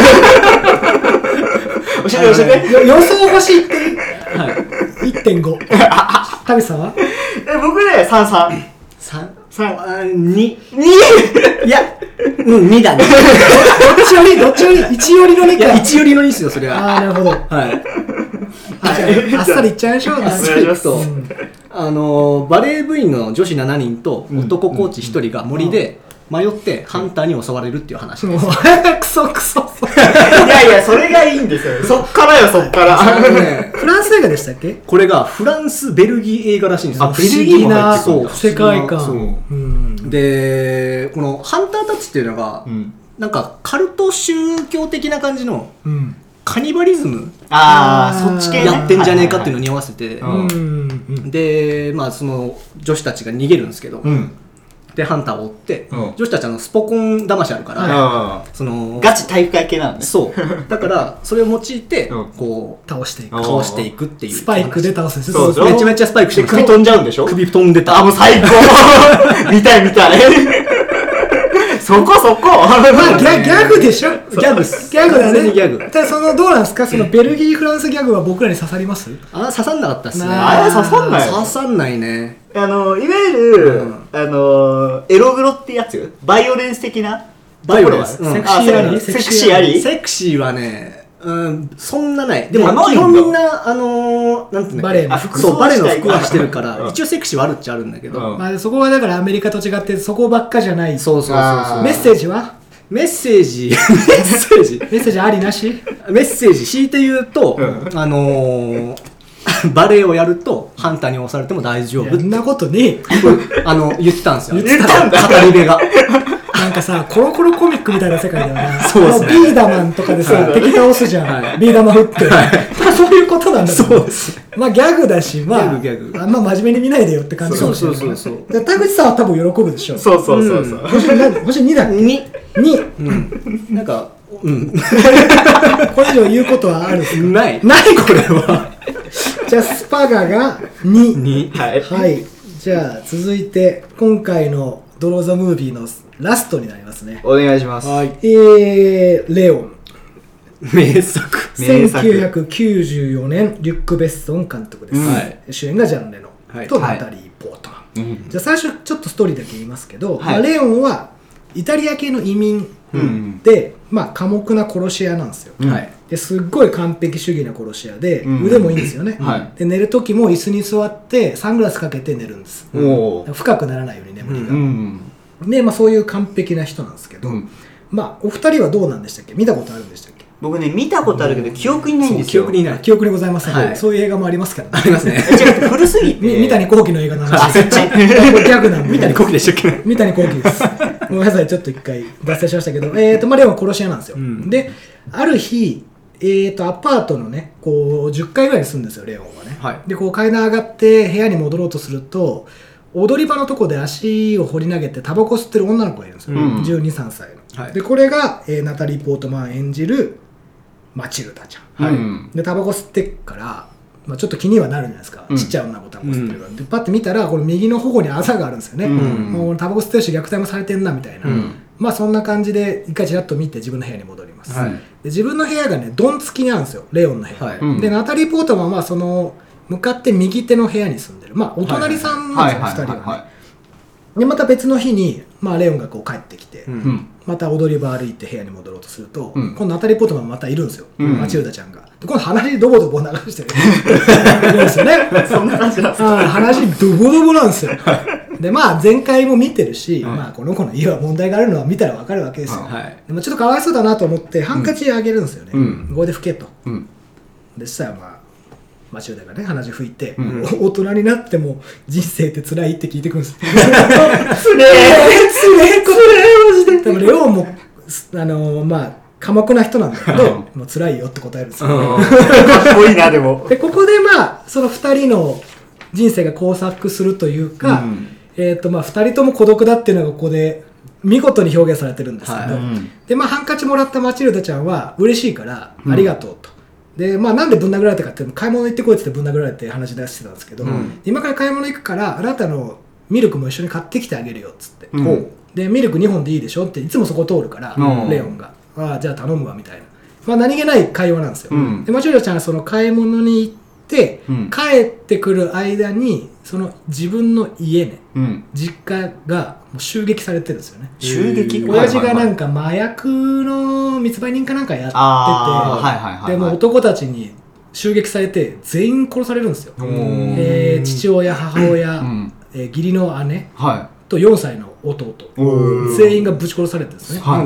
教えて予想星 いってんご 田口さんはえ僕ねさんさんさんににいやうんにだねどっちよりどっちよりいちよりのにか。 いちよりのにですよそれは。 ああなるほど。はいあ, あっさりいっちゃいましょう。あっさりと、うん、 あのバレー部員の女子しちにんと男コーチひとりが森で迷ってハンターに襲われるっていう話です。 クソクソいやいやそれがいいんですよ。そっからよそっから、 ね、フランス映画でしたっけ。 これがフランスベルギー映画らしいんですよ。 あベルギーなそう世界観そう、 うん、でこのハンターたちっていうのが、うん、なんかカルト宗教的な感じの、うんカニバリズムあそっち系やってんじゃねえかっていうのに合わせて、でまあその女子たちが逃げるんですけど、うん、でハンターを追って、うん、女子たちはスポコン騙しあるから、 そのガチ体育会系なんでそうだからそれを用いて、うん、こう倒していく倒していくっていうスパイクで倒すんですよ。 そうそうめちゃめちゃスパイクして首飛んじゃうんでしょ。 首飛んでた。 あもう最高見たい見たいそこそこまあギャ、ギャグでしょ。ギャグっす。 ギャグだね。 ギャグ。 ただそのどうなんですかそのベルギーフランスギャグは僕らに刺さります？ あ刺さんなかったっすね。 あれ刺さんない。 刺さんないね。 あのいわゆる、うん、あのエログロってやつバイオレンス的なバイオレンス、 うん、セクシーありセクシーありセクシーはねうん、そんなない。でも基本みんなあのー、なんていうのバレエの服そうバレエの服はしてるから一応セクシーはあるっちゃあるんだけど、 うんまあ、そこはだからアメリカと違ってそこばっかじゃない。 そうそうそうそう。 メッセージはメッセージメッセージメッセージありなしメッセージ強いて言うと、うん、あのー、バレエをやるとハンターに押されても大丈夫。 そんなことねえあの言ってたんですよ。 言ってたんだ語り部がなんかさコロコロコミックみたいな世界だよな。 そうですね。 ビーダマンとかでさ敵倒すじゃん、はい、ビーダマン振って、はい、そういうことなんだけどそうです。 まあギャグだしまあギャグギャグあんま真面目に見ないでよって感じかもしれない。 そうそうそうそう。 田口さんは多分喜ぶでしょ。 そうそうそうそう、うん、 星星にだっけ。にに、 うん、なんかうんこれ以上言うことはあるんですか。 ないないこれはじゃあスパガがににはい、 はい、じゃあ続いて今回のドローザムービーのラストになりますね。 お願いします。 はい、えー、レオン名作せんきゅうひゃくきゅうじゅうよねんリュック・ベッソン監督です、うんはい、主演がジャン・レノン、はい、とナタリー・ポートマン、はい、じゃあ最初ちょっとストーリーだけ言いますけど、はいまあ、レオンはイタリア系の移民で、うんまあ寡黙な殺し屋なんですよ、 はい、 ですっごい完璧主義な殺し屋で、うん、腕もいいんですよね、はい、で寝る時も椅子に座ってサングラスかけて寝るんです、うん、深くならないように眠りが、うんうん、で、まあ、そういう完璧な人なんですけど、うん、まあお二人はどうなんでしたっけ？見たことあるんでしたっけ？ 僕ね見たことあるけど記憶にないんですよ。 記憶にない。記憶にございません、はい、そういう映画もありますからね。 ありますね。 違う古すぎて三谷幸喜の映画の話。 あそっちこれギャグなんで。 三谷幸喜でしたっけ？ 三谷幸喜です。ごめんなさいちょっと一回脱線しましたけど、えーとまあレオンは殺し屋なんですよ、うん、である日えーとアパートのねこうじゅっかいぐらいに住むんですよレオンはね、はい、でこう階段上がって部屋に戻ろうとすると踊り場のとこで足を掘り投げてタバコ吸ってる女の子がいるんですよ、うん、じゅうに、さんさいの、はい、でこれが、えー、ナタリー・ポートマン演じるマチルダちゃん、はい、でタバコ吸ってから、まあ、ちょっと気にはなるじゃないですか、うん、ちっちゃい女の子タバコ吸ってるから、うん、でパッて見たらこれ右の頬にあざがあるんですよね、うん、もうタバコ吸ってるし虐待もされてんなみたいな、うん、まあそんな感じで一回ちらっと見て自分の部屋に戻ります、はい、で自分の部屋がねドン付きにあるんですよレオンの部屋、はい、でナタリー・ポートマンはその向かって右手の部屋に住んでるまあお隣さんなんですよふたりはね。でまた別の日に、まあ、レオンがこう帰ってきて、うん、また踊り場歩いて部屋に戻ろうとすると、うん、今度ナタリー・ポートマンまたいるんですよ、うん、マチルダちゃんが。で今度話ドボドボ流してるいるんですよね。 そんな感じなんですか？ 話ドボドボなんですよでまあ前回も見てるし、はいまあ、この子の家は問題があるのは見たら分かるわけですよ、はい、でもちょっとかわいそうだなと思ってハンカチあげるんですよね、うん、これで拭けと、うん、でそしたらまあマチルダがね鼻血拭いて、うん、大人になっても人生って辛いって聞いてくるんですつれーつれーつれーマジで。でもレオンもあのー、まあ寡黙な人なんだけどもう辛いよって答えるんですよ、ね、 かっこいいなでもでここでまあそのふたりの人生が交錯するというか、うん、えーとまあ、ふたりとも孤独だっていうのがここで見事に表現されてるんですけど、はい、でまあハンカチもらったマチルダちゃんは嬉しいからありがとうと、うん、でまあ、なんでぶん殴られたかって買い物行ってこいって言ってぶん殴られて話出してたんですけど、うん、今から買い物行くからあなたのミルクも一緒に買ってきてあげるよっつって、うん、でミルクにほんでいいでしょっていつもそこ通るから、うん、レオンがああじゃあ頼むわみたいな、まあ、何気ない会話なんですよ、うん、でマチルダちゃんはその買い物に行って、うん、帰ってくる間にその自分の家ね、うん、実家がもう襲撃されてるんですよね。 襲撃？ 親父がなんか麻薬の密売人かなんかやってて、はいはいはいはい、でも男たちに襲撃されて全員殺されるんですよ、えー、父親母親、うんえー、義理の姉、はい、とよんさいの弟全員がぶち殺されてるんですね、はい、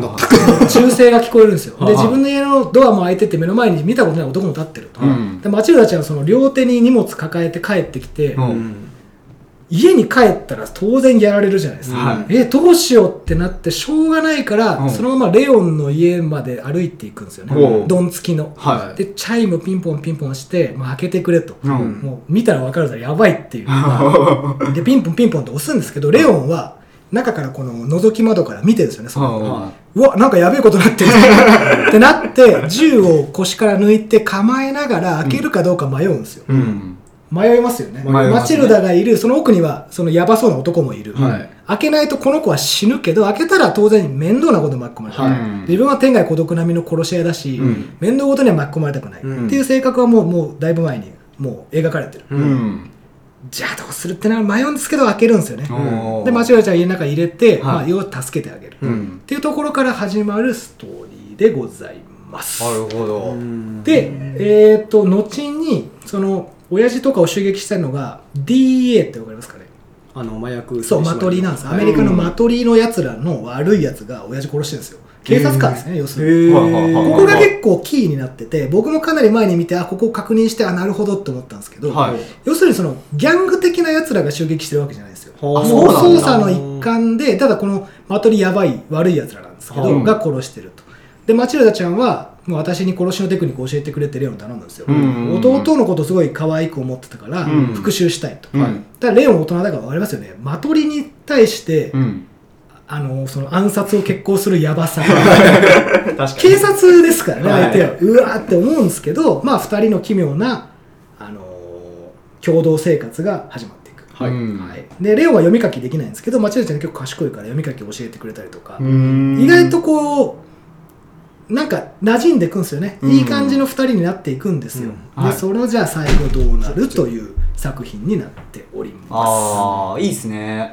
銃声が聞こえるんですよ。で自分の家のドアも開いてて目の前に見たことない男も立ってると、うん、でマチルダちゃんはその両手に荷物抱えて帰ってきて、うん、家に帰ったら当然やられるじゃないですか、はい、えどうしようってなってしょうがないから、うん、そのままレオンの家まで歩いていくんですよね、うん、ドン付きの、はい、でチャイムピンポンピンポンして、まあ、開けてくれと、うん、もう見たら分かるからやばいっていう、まあ、でピンポンピンポンって押すんですけどレオンは中からこの覗き窓から見てるんですよね。そのうわなんかやべえことになってるってなって銃を腰から抜いて構えながら開けるかどうか迷うんですよ、うん、迷いますよね。マチルダがいるその奥にはそのヤバそうな男もいる、はい、開けないとこの子は死ぬけど開けたら当然面倒なことに巻き込まれる、はい、自分は天涯孤独並みの殺し屋だし、うん、面倒ごとには巻き込まれたくない、うん、っていう性格はもう、もうだいぶ前にもう描かれてる、うんじゃあどうするってな迷うんですけど開けるんですよね。でマチルダちゃん家の中に入れて、はいまあ、要は助けてあげる、うん、っていうところから始まるストーリーでございます。 なるほど。 で、えー、と後にその親父とかを襲撃したのが ディーイーエー ってわかりますかね。 あの麻薬そうマトリなんです。アメリカのマトリのやつらの悪いやつが親父殺してるんですよ。警察官ですね、要するに。ここが結構キーになってて、僕もかなり前に見て、あ、ここを確認して、あ、なるほどって思ったんですけど、はい、要するにそのギャング的な奴らが襲撃してるわけじゃないですよ。もう捜査の一環で、ただこのマトリやばい悪い奴らなんですけど、うん、が殺してると。で、マチルダちゃんは、もう私に殺しのテクニックを教えてくれてレオンに頼んだんですよ。うんうんうん、弟のことすごい可愛く思ってたから、うん、復讐したいと。うん、ただレオン大人だから分かりますよね。マトリに対して、うんあのその暗殺を決行するやばさ警察ですからね相手は、はい、うわーって思うんですけど、まあ、ふたりの奇妙な、あのー、共同生活が始まっていく、はいはい、でレオンは読み書きできないんですけどマチルダちゃん結構賢いから読み書きを教えてくれたりとか意外とこうなんか馴染んでいくんですよね。いい感じのふたりになっていくんですよ、うんはい、でそれをじゃあ最後どうなるという作品になっております。 ああいいですね。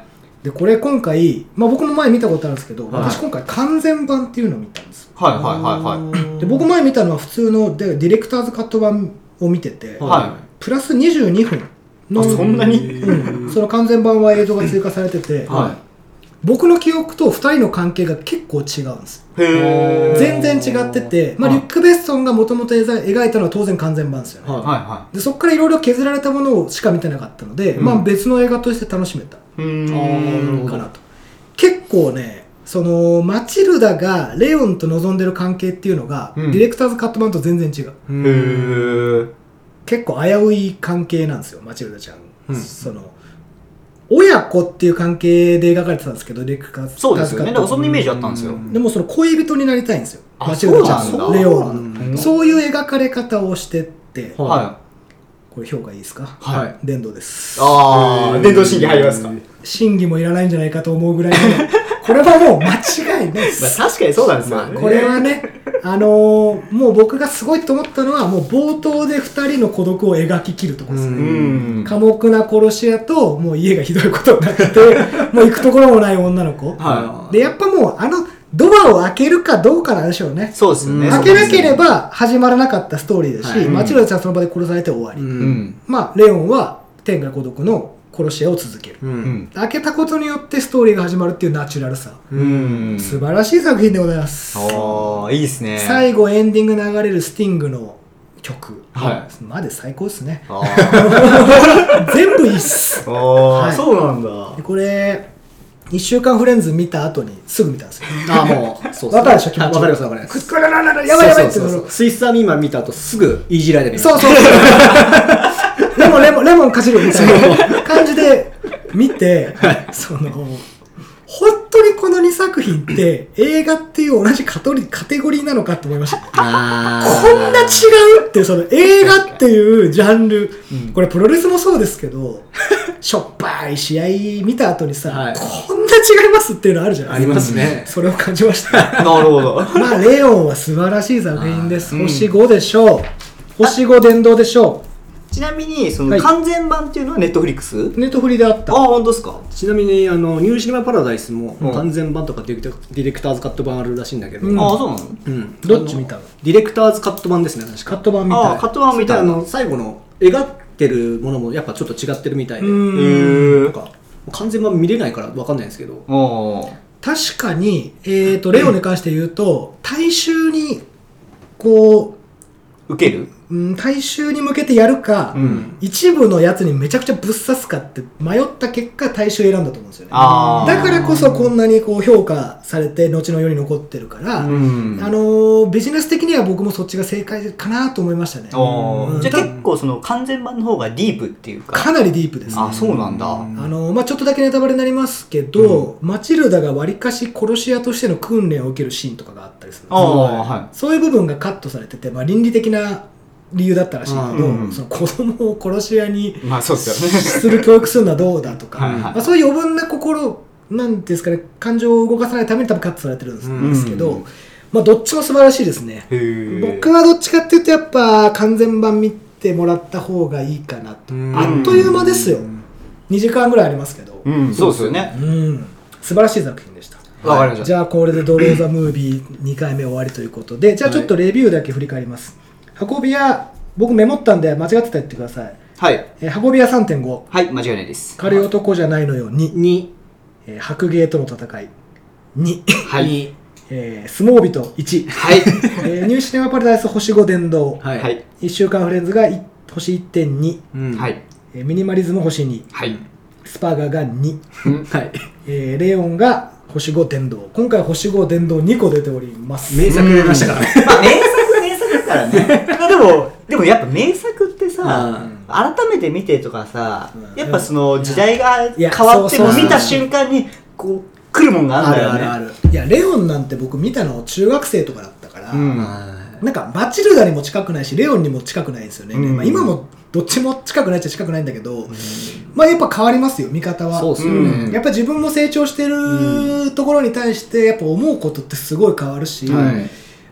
でこれ今回、まあ、僕も前見たことあるんですけど、はい、私今回完全版っていうのを見たんです。 はいはいはいはい。 で僕前見たのは普通のでディレクターズカット版を見てて、はい、プラスにじゅうにふんのそんなに、 うん、その完全版は映像が追加されてて、はい、僕の記憶とふたりの関係が結構違うんです。へ全然違ってて、まあ、リュック・ベッソンがもともと描いたのは当然完全版ですよね、はいはい、でそこからいろいろ削られたものしか見てなかったので、うんまあ、別の映画として楽しめたうんかなと。結構ねそのマチルダがレオンと望んでる関係っていうのが、うん、ディレクターズカット版と全然違う。へ結構危うい関係なんですよマチルダちゃん、うん、その親子っていう関係で描かれてたんですけどディレクターズカット版そうですよね。だからそんなイメージあったんですよ。 でもその恋人になりたいんですよマチルダちゃんのレオンのそういう描かれ方をしてって、はい、これ評価いいですか？はい。電動です。 ああ、電動審議入りますか？ 審議もいらないんじゃないかと思うぐらいのこれはもう間違いないです。 まあ確かにそうなんですよね。 これはね、あのー、もう僕がすごいと思ったのはもう冒頭でふたりの孤独を描き切るところですね。うん寡黙な殺し屋ともう家がひどいことになってもう行くところもない女の子。はい、でやっぱもうあのドアを開けるかどうかなんでしょうね。 そうですよね。 開けなければ始まらなかったストーリーだし、はい、マチルダちゃんその場で殺されて終わり。うん、まあレオンは天が孤独の殺し屋を続ける、うん、開けたことによってストーリーが始まるっていうナチュラルさ、うん、素晴らしい作品でございます。 ああいいですね。 最後エンディング流れるスティングの曲、はい、まで最高ですね。全部いいっす。あ、 はい、そうなんだ。 でこれいっしゅうかんフレンズ見た後にすぐ見たんですよ。 あもうそう分かるでしょ気持ち。 分かります分かります。 これやばいやばいって。 スイスアーミーマン見た後すぐいじられてる。 そうそうそうレモンレモンレモンかじるみたいな感じで見て、その本当にこのにさく品って映画っていう同じカトリカテゴリーなのかと思いました。あこんな違うってその映画っていうジャンル、うん、これプロレスもそうですけどしょっぱい試合見た後にさ、はい、こんな違いますっていうのあるじゃないですか。 ありますね。 それを感じました。 なるほど。 まあレオンは素晴らしい作品です。星ごでしょう。星ご殿堂でしょう。 ちなみにその完全版っていうのはネットフリックス？ ネットフリであった。 ああ本当ですか。 ちなみにあのニューシネマパラダイスも完全版とかディレクターズカット版あるらしいんだけど、 うん、ああそうなの？ うん。どっち見たの？ ディレクターズカット版ですね確か。 カット版みたい。 ああカット版みたい。 あの最後の描ってるものもやっぱちょっと違ってるみたいで、うんなんか完全版見れないから分かんないんですけど。 あ確かにえっ、ー、とレオンに関して言うと大衆にこう受ける。 大衆に向けてやるか、うん、一部のやつにめちゃくちゃぶっ刺すかって迷った結果大衆選んだと思うんですよね。あだからこそこんなにこう評価されて後の世に残ってるから、うん、あのー、ビジネス的には僕もそっちが正解かなと思いましたね。 うん、じゃあ結構その完全版の方がディープっていうかかなりディープです、ね、 あそうなんだ。あのーまあ、ちょっとだけネタバレになりますけど、うん、マチルダがわりかし殺し屋としての訓練を受けるシーンとかがあったりするんですよ、はい、そういう部分がカットされてて、まあ、倫理的な理由だったらしいけど、うん、その子供を殺し屋に、まあそうですよね、する教育するのはどうだとか、はいはいまあ、そういう余分な心なんですかね、感情を動かさないために多分カットされてるんですけど、うんまあ、どっちも素晴らしいですね。僕はどっちかっていうとやっぱ完全版見てもらった方がいいかなと。あっという間ですよ。にじかんぐらいありますけど、 うん、そうですよね、 うん、素晴らしい作品でした。 わかりました。 じゃあこれでドローザムービーにかいめ終わりということで、じゃあちょっとレビューだけ振り返ります。運び屋、僕メモったんで間違ってたら言ってください。はい。えー、運び屋 さんてんご。 はい、間違いないです。 軽い男じゃないのよに。に。えー、白芸との戦いに。はい。えー、相撲人いち。はい。えー、ニューシネマパラダイス星ご殿堂。はい。いっしゅうかんフレンズが星 いってんに。うん、はい。えー、ミニマリズム星に。はい。スパガがに。はい。えー、レオンが星ご殿堂。今回星ご殿堂にこ出ております。 名作出ましたからね。 まあ名作名作だからね。でもでもやっぱ名作ってさ、改めて見てとかさ、やっぱその時代が変わっても見た瞬間にこう来るもんがあるんだよね。あるあるある。 いやレオンなんて僕見たの中学生とかだったから、うん、なんかマチルダにも近くないしレオンにも近くないんですよね。うんまあ、今もどっちも近くないっちゃ近くないんだけど、うん、まあやっぱ変わりますよ見方は。そうですよね、うん。やっぱ自分も成長してるところに対してやっぱ思うことってすごい変わるし、はい、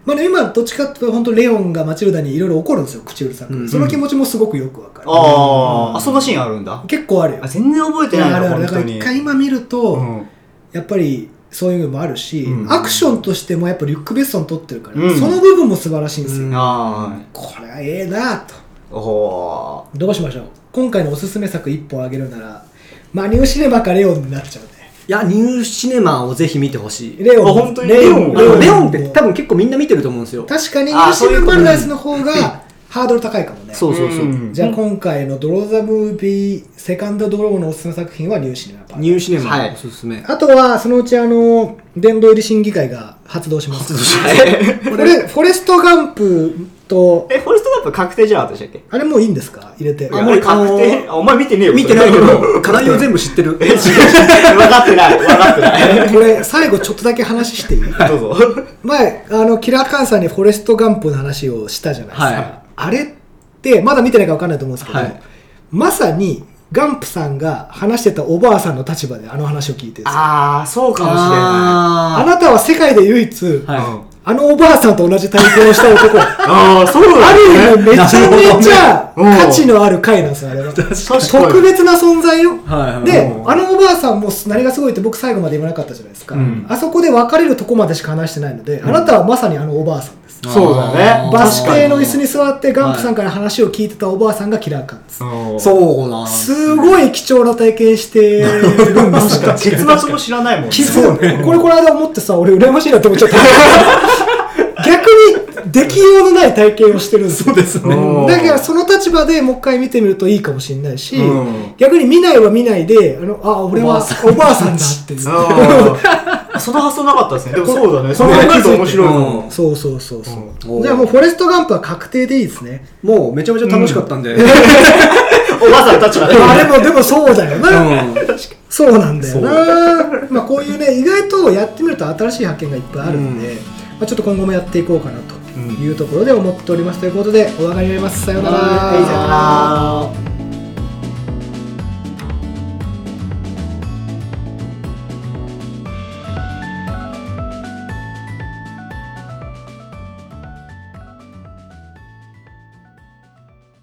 まあね、今どっちかっていうと本当レオンがマチルダにいろいろ怒るんですよ、口うるさく、うん、その気持ちもすごくよくわかる。 ああ、そんなシーンあるんだ。 結構あるよ。 あ、全然覚えてないな。 あるある。だから一回今見ると、うん、やっぱりそういうのもあるし、うん、アクションとしてもやっぱリュック・ベッソン撮ってるから、うん、その部分も素晴らしいんですよ、うん、あこれはええなと。おどうしましょう。今回のおすすめ作一本あげるなら、まあニューシネマかレオンになっちゃうね。 いや、ニューシネマをぜひ見てほしい。 レオン。 あ、本当にレオン。レオン、レオンって多分結構みんな見てると思うんですよ。 確かにニューシネマパラダイスの方がハードル高いかもね。 そうそうそう。 じゃあ今回のドローザムービーセカンドドローのおすすめ作品はニューシネマパラダイス。 ニューシネマおすすめ。 はい、あとはそのうちあの殿堂入り審議会が発動します。これフォレストガンプとえ、フォレストガンプ確定じゃなかったでしたっけ？ あれもういいんですか？入れて。 あ、もう確定。お前見てねえよ。 見てないけど内容全部知ってる。 分かってない。分かってない。 これ最後ちょっとだけ話していい？ どうぞ。 前あのキラーカンさんにフォレストガンプの話をしたじゃないですか。はい、あれってまだ見てないか分かんないと思うんですけど、はい、まさにガンプさんが話してたおばあさんの立場であの話を聞いてるんですよ。 ああ、そうかもしれない。あ, あなたは世界で唯一、はい、あのおばあさんと同じ体験をした男。ああ、そうだね。ある意味めちゃめちゃ価値のある回なんですよ、あれは。特別な存在よ。はいはい、で、あのおばあさんも何がすごいって僕最後まで言わなかったじゃないですか。うん、あそこで別れるとこまでしか話してないので、うん、あなたはまさにあのおばあさんです。 そうだね。 バス停の椅子に座ってガンプさんから話を聞いてたおばあさんがキラーカンです。 そうなんです。 すごい貴重な体験してるんですよ。 結末も知らないもんね。 そうね。これこの間思ってさ、俺羨ましいなって思っちゃった。逆にできようのない体験をしてるんですよ。 そうですね。 だからその立場でもう一回見てみるといいかもしれないし、逆に見ないは見ないで、あの、あ、俺はおばあさんだって言って。 その発想なかったですね。でもそうだね。それ考えると面白いの。 そうそうそうそう。じゃあもうフォレストガンプは確定でいいですね。 もうめちゃめちゃ楽しかったんで。 おばあさんたちはね。 あれもでもそうだよな。そうなんだよな。まあこういうね、意外とやってみると新しい発見がいっぱいあるんで、まあちょっと今後もやっていこうかなというところで思っておりますということでお別れになります。さようなら。 さようなら。